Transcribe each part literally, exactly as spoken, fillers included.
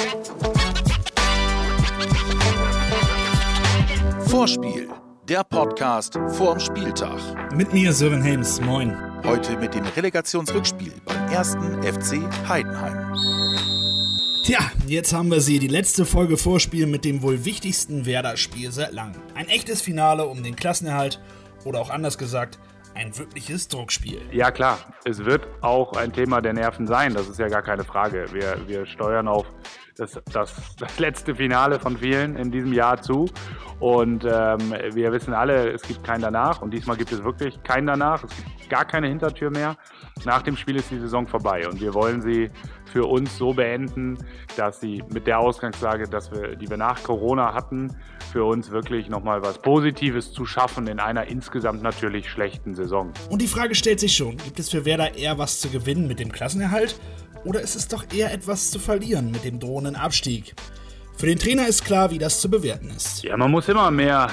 Vorspiel, der Podcast vorm Spieltag. Mit mir Sören Helms, moin. Heute mit dem Relegationsrückspiel beim ersten F C Heidenheim. Tja, jetzt haben wir sie, die letzte Folge Vorspiel mit dem wohl wichtigsten Werder-Spiel seit langem. Ein echtes Finale um den Klassenerhalt oder auch anders gesagt, ein wirkliches Druckspiel. Ja klar, es wird auch ein Thema der Nerven sein, das ist ja gar keine Frage. Wir, wir steuern auf das, das, das letzte Finale von vielen in diesem Jahr zu und ähm, wir wissen alle, es gibt kein Danach und diesmal gibt es wirklich kein Danach, es gibt gar keine Hintertür mehr. Nach dem Spiel ist die Saison vorbei und wir wollen sie für uns so beenden, dass sie mit der Ausgangslage, dass wir, die wir nach Corona hatten, für uns wirklich nochmal was Positives zu schaffen in einer insgesamt natürlich schlechten Saison. Und die Frage stellt sich schon, gibt es für Werder eher was zu gewinnen mit dem Klassenerhalt oder ist es doch eher etwas zu verlieren mit dem drohenden Abstieg? Für den Trainer ist klar, wie das zu bewerten ist. Ja, man muss immer mehr,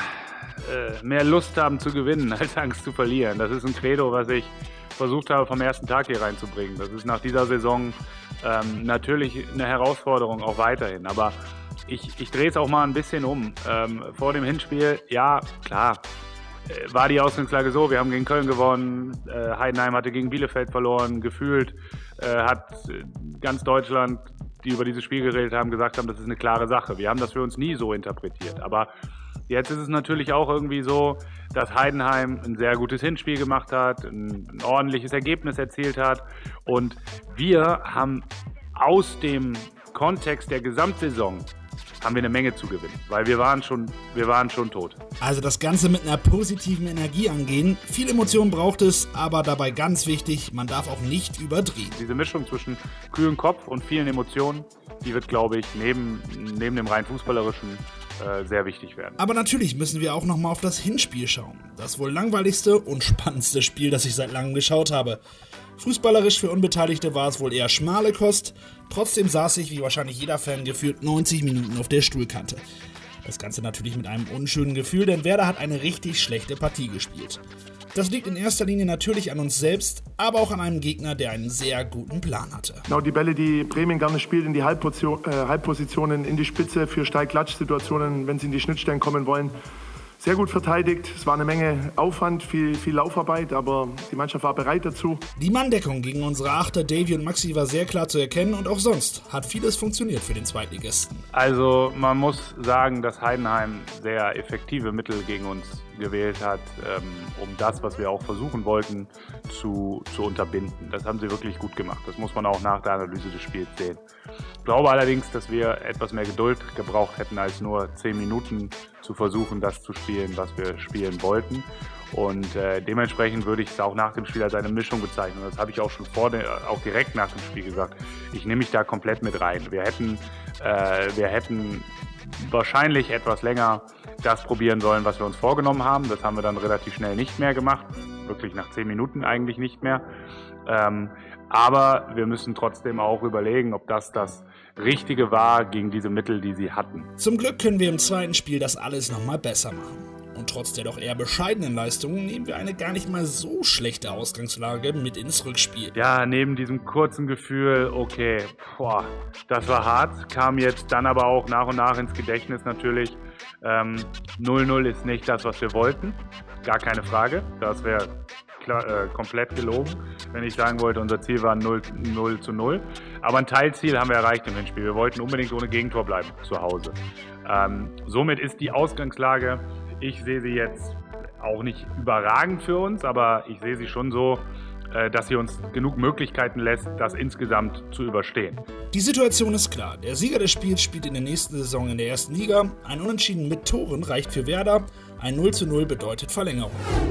äh, mehr Lust haben zu gewinnen, als Angst zu verlieren. Das ist ein Credo, was ich versucht habe, vom ersten Tag hier reinzubringen. Das ist nach dieser Saison ähm, natürlich eine Herausforderung auch weiterhin. Aber ich, ich drehe es auch mal ein bisschen um. Ähm, vor dem Hinspiel, ja, klar, äh, war die Ausgangslage so, wir haben gegen Köln gewonnen, äh, Heidenheim hatte gegen Bielefeld verloren, gefühlt äh, hat ganz Deutschland, die über dieses Spiel geredet haben, gesagt haben, das ist eine klare Sache. Wir haben das für uns nie so interpretiert. Aber jetzt ist es natürlich auch irgendwie so, dass Heidenheim ein sehr gutes Hinspiel gemacht hat, ein, ein ordentliches Ergebnis erzielt hat. Und wir haben aus dem Kontext der Gesamtsaison haben wir eine Menge zu gewinnen, weil wir waren schon, wir waren schon tot. Also das Ganze mit einer positiven Energie angehen. Viel Emotion braucht es, aber dabei ganz wichtig, man darf auch nicht überdrehen. Diese Mischung zwischen kühlem Kopf und vielen Emotionen, die wird, glaube ich, neben, neben dem rein fußballerischen äh, sehr wichtig werden. Aber natürlich müssen wir auch nochmal auf das Hinspiel schauen. Das wohl langweiligste und spannendste Spiel, das ich seit langem geschaut habe. Fußballerisch für Unbeteiligte war es wohl eher schmale Kost. Trotzdem saß ich, wie wahrscheinlich jeder Fan, gefühlt neunzig Minuten auf der Stuhlkante. Das Ganze natürlich mit einem unschönen Gefühl, denn Werder hat eine richtig schlechte Partie gespielt. Das liegt in erster Linie natürlich an uns selbst, aber auch an einem Gegner, der einen sehr guten Plan hatte. Genau, die Bälle, die Bremen gerne spielt, in die Halbposition, äh, Halbpositionen, in die Spitze für Steil-Klatsch-Situationen, wenn sie in die Schnittstellen kommen wollen. Sehr gut verteidigt, es war eine Menge Aufwand, viel, viel Laufarbeit, aber die Mannschaft war bereit dazu. Die Manndeckung gegen unsere Achter Davy und Maxi war sehr klar zu erkennen und auch sonst hat vieles funktioniert für den Zweitligisten. Also man muss sagen, dass Heidenheim sehr effektive Mittel gegen uns gewählt hat, ähm, um das, was wir auch versuchen wollten, zu, zu unterbinden. Das haben sie wirklich gut gemacht, das muss man auch nach der Analyse des Spiels sehen. Ich glaube allerdings, dass wir etwas mehr Geduld gebraucht hätten, als nur zehn Minuten zu versuchen, das zu spielen, was wir spielen wollten. Und äh, dementsprechend würde ich es auch nach dem Spiel als eine Mischung bezeichnen. Das habe ich auch schon vor, de- auch direkt nach dem Spiel gesagt. Ich nehme mich da komplett mit rein. Wir hätten, äh, wir hätten wahrscheinlich etwas länger das probieren sollen, was wir uns vorgenommen haben. Das haben wir dann relativ schnell nicht mehr gemacht. Wirklich nach zehn Minuten eigentlich nicht mehr. Ähm, aber wir müssen trotzdem auch überlegen, ob das das Richtige war gegen diese Mittel, die sie hatten. Zum Glück können wir im zweiten Spiel das alles nochmal besser machen. Und trotz der doch eher bescheidenen Leistungen nehmen wir eine gar nicht mal so schlechte Ausgangslage mit ins Rückspiel. Ja, neben diesem kurzen Gefühl, okay, boah, das war hart, kam jetzt dann aber auch nach und nach ins Gedächtnis natürlich. Ähm, null null ist nicht das, was wir wollten, gar keine Frage, das wäre klar, äh, komplett gelogen, wenn ich sagen wollte, unser Ziel war null zu null. Aber ein Teilziel haben wir erreicht im Hinspiel. Wir wollten unbedingt ohne Gegentor bleiben zu Hause. Ähm, somit ist die Ausgangslage, ich sehe sie jetzt auch nicht überragend für uns, aber ich sehe sie schon so, äh, dass sie uns genug Möglichkeiten lässt, das insgesamt zu überstehen. Die Situation ist klar. Der Sieger des Spiels spielt in der nächsten Saison in der ersten Liga. Ein Unentschieden mit Toren reicht für Werder. Ein null zu null bedeutet Verlängerung.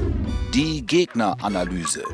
Die Gegneranalyse.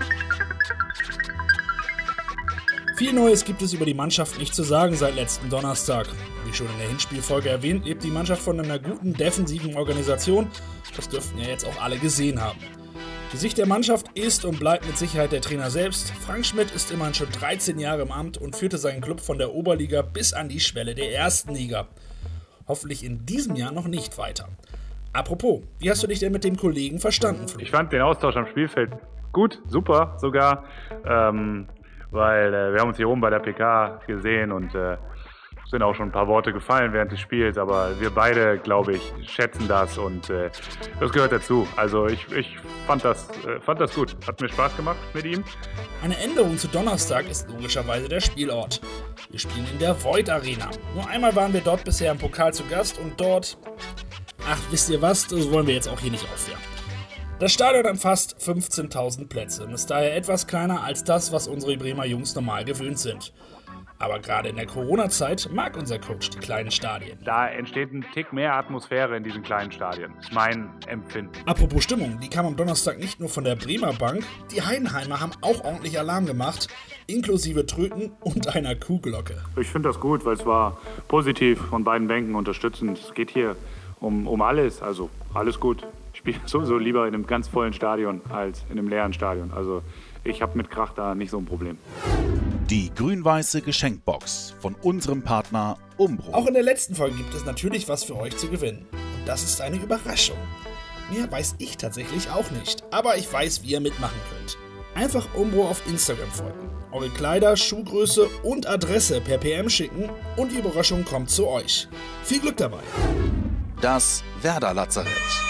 Viel Neues gibt es über die Mannschaft nicht zu sagen seit letzten Donnerstag. Wie schon in der Hinspielfolge erwähnt, lebt die Mannschaft von einer guten defensiven Organisation. Das dürften ja jetzt auch alle gesehen haben. Die Sicht der Mannschaft ist und bleibt mit Sicherheit der Trainer selbst. Frank Schmidt ist immerhin schon dreizehn Jahre im Amt und führte seinen Klub von der Oberliga bis an die Schwelle der ersten Liga. Hoffentlich in diesem Jahr noch nicht weiter. Apropos, wie hast du dich denn mit dem Kollegen verstanden, Flo? Ich fand den Austausch am Spielfeld gut, super sogar, ähm, weil äh, wir haben uns hier oben bei der P K gesehen und äh, sind auch schon ein paar Worte gefallen während des Spiels, aber wir beide, glaube ich, schätzen das und äh, das gehört dazu. Also ich, ich fand, das, äh, fand das gut. Hat mir Spaß gemacht mit ihm. Eine Änderung zu Donnerstag ist logischerweise der Spielort. Wir spielen in der Voith Arena. Nur einmal waren wir dort bisher im Pokal zu Gast und dort... Ach, wisst ihr was? Das wollen wir jetzt auch hier nicht aufwärmen. Das Stadion umfasst fünfzehntausend Plätze und ist daher etwas kleiner als das, was unsere Bremer Jungs normal gewöhnt sind. Aber gerade in der Corona-Zeit mag unser Coach die kleinen Stadien. Da entsteht ein Tick mehr Atmosphäre in diesen kleinen Stadien. Das ist mein Empfinden. Apropos Stimmung, die kam am Donnerstag nicht nur von der Bremer Bank, die Heidenheimer haben auch ordentlich Alarm gemacht, inklusive Tröten und einer Kuhglocke. Ich finde das gut, weil es war positiv von beiden Bänken unterstützend. Es geht hier um, um alles, also alles gut. Ich spiele sowieso lieber in einem ganz vollen Stadion als in einem leeren Stadion. Also ich habe mit Krach da nicht so ein Problem. Die grün-weiße Geschenkbox von unserem Partner Umbro. Auch in der letzten Folge gibt es natürlich was für euch zu gewinnen. Und das ist eine Überraschung. Mehr weiß ich tatsächlich auch nicht, aber ich weiß, wie ihr mitmachen könnt. Einfach Umbro auf Instagram folgen, eure Kleider, Schuhgröße und Adresse per P M schicken und die Überraschung kommt zu euch. Viel Glück dabei. Das Werder-Lazarett.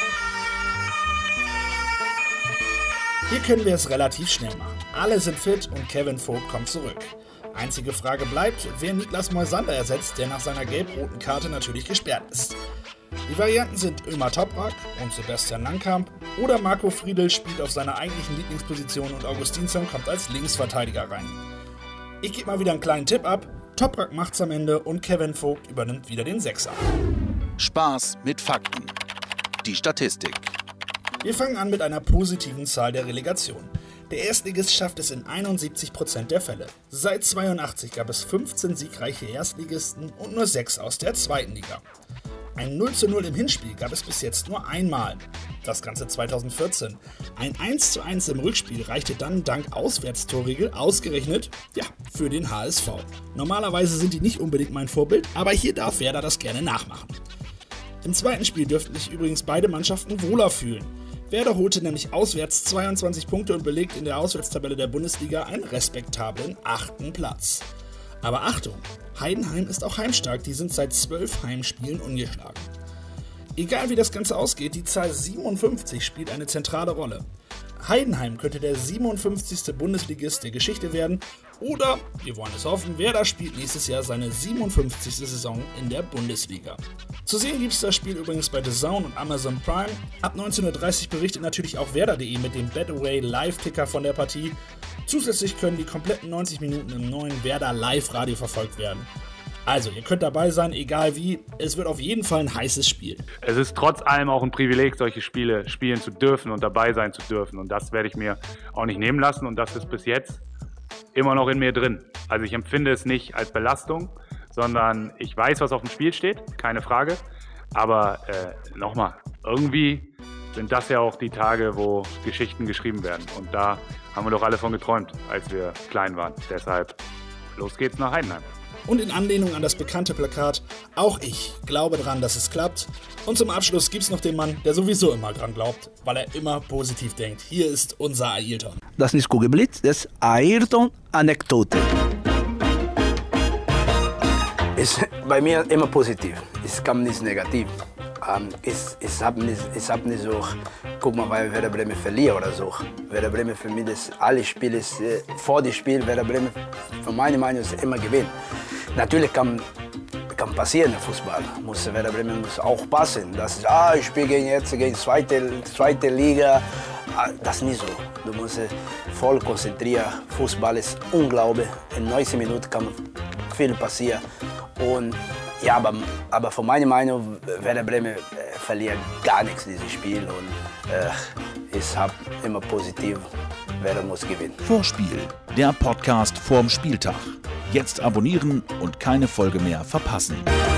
Hier können wir es relativ schnell machen. Alle sind fit und Kevin Vogt kommt zurück. Einzige Frage bleibt, wer Niklas Moisander ersetzt, der nach seiner gelb-roten Karte natürlich gesperrt ist. Die Varianten sind Ömer Toprak und Sebastian Langkamp oder Marco Friedl spielt auf seiner eigentlichen Lieblingsposition und Augustinsson kommt als Linksverteidiger rein. Ich gebe mal wieder einen kleinen Tipp ab. Toprak macht's am Ende und Kevin Vogt übernimmt wieder den Sechser. Spaß mit Fakten. Die Statistik. Wir fangen an mit einer positiven Zahl der Relegation. Der Erstligist schafft es in einundsiebzig Prozent der Fälle. Seit zweiundachtzig gab es fünfzehn siegreiche Erstligisten und nur sechs aus der zweiten Liga. Ein null zu null im Hinspiel gab es bis jetzt nur einmal. Das Ganze zweitausendvierzehn. Ein eins zu eins im Rückspiel reichte dann dank Auswärtstorregel ausgerechnet, ja, für den H S V. Normalerweise sind die nicht unbedingt mein Vorbild, aber hier darf Werder das gerne nachmachen. Im zweiten Spiel dürften sich übrigens beide Mannschaften wohler fühlen. Werder holte nämlich auswärts zweiundzwanzig Punkte und belegt in der Auswärtstabelle der Bundesliga einen respektablen achten Platz. Aber Achtung, Heidenheim ist auch heimstark, die sind seit zwölf Heimspielen ungeschlagen. Egal wie das Ganze ausgeht, die Zahl siebenundfünfzig spielt eine zentrale Rolle. Heidenheim könnte der siebenundfünfzigste Bundesligist der Geschichte werden oder, wir wollen es hoffen, Werder spielt nächstes Jahr seine siebenundfünfzigste Saison in der Bundesliga. Zu sehen gibt es das Spiel übrigens bei D A Z N und Amazon Prime. Ab neunzehn Uhr dreißig berichtet natürlich auch Werder punkt de mit dem Betaway Live-Ticker von der Partie. Zusätzlich können die kompletten neunzig Minuten im neuen Werder Live-Radio verfolgt werden. Also, ihr könnt dabei sein, egal wie, es wird auf jeden Fall ein heißes Spiel. Es ist trotz allem auch ein Privileg, solche Spiele spielen zu dürfen und dabei sein zu dürfen. Und das werde ich mir auch nicht nehmen lassen und das ist bis jetzt immer noch in mir drin. Also ich empfinde es nicht als Belastung, sondern ich weiß, was auf dem Spiel steht, keine Frage. Aber äh, nochmal, irgendwie sind das ja auch die Tage, wo Geschichten geschrieben werden. Und da haben wir doch alle von geträumt, als wir klein waren. Deshalb, los geht's nach Heidenheim. Und in Anlehnung an das bekannte Plakat, auch ich glaube dran, dass es klappt. Und zum Abschluss gibt's noch den Mann, der sowieso immer dran glaubt, weil er immer positiv denkt. Hier ist unser Ayrton. Das ist nicht Kugelblitz, das ist Ayrton-Anekdote. Ist bei mir immer positiv, es kam nicht negativ. Ähm, ich ich habe nicht, ich hab nicht so, guck mal, weil Werder Bremen verliert oder so. Werder Bremen für mich, das alle Spiele, ist, äh, vor dem Spiel, Werder Bremen, von meiner Meinung ist immer gewinnen. Natürlich kann, kann passieren im Fußball, muss, Werder Bremen muss auch passen. Das ist, ah, ich spiele gegen jetzt gegen zweite, zweite Liga, das ist nicht so. Du musst voll konzentrieren, Fußball ist unglaublich, in neunzig Minuten kann viel passieren. Und ja, aber, aber von meiner Meinung, Werder Bremen äh, verliert gar nichts dieses Spiel und äh, ich habe immer positiv, Werder muss gewinnen. Vorspiel, der Podcast vorm Spieltag. Jetzt abonnieren und keine Folge mehr verpassen.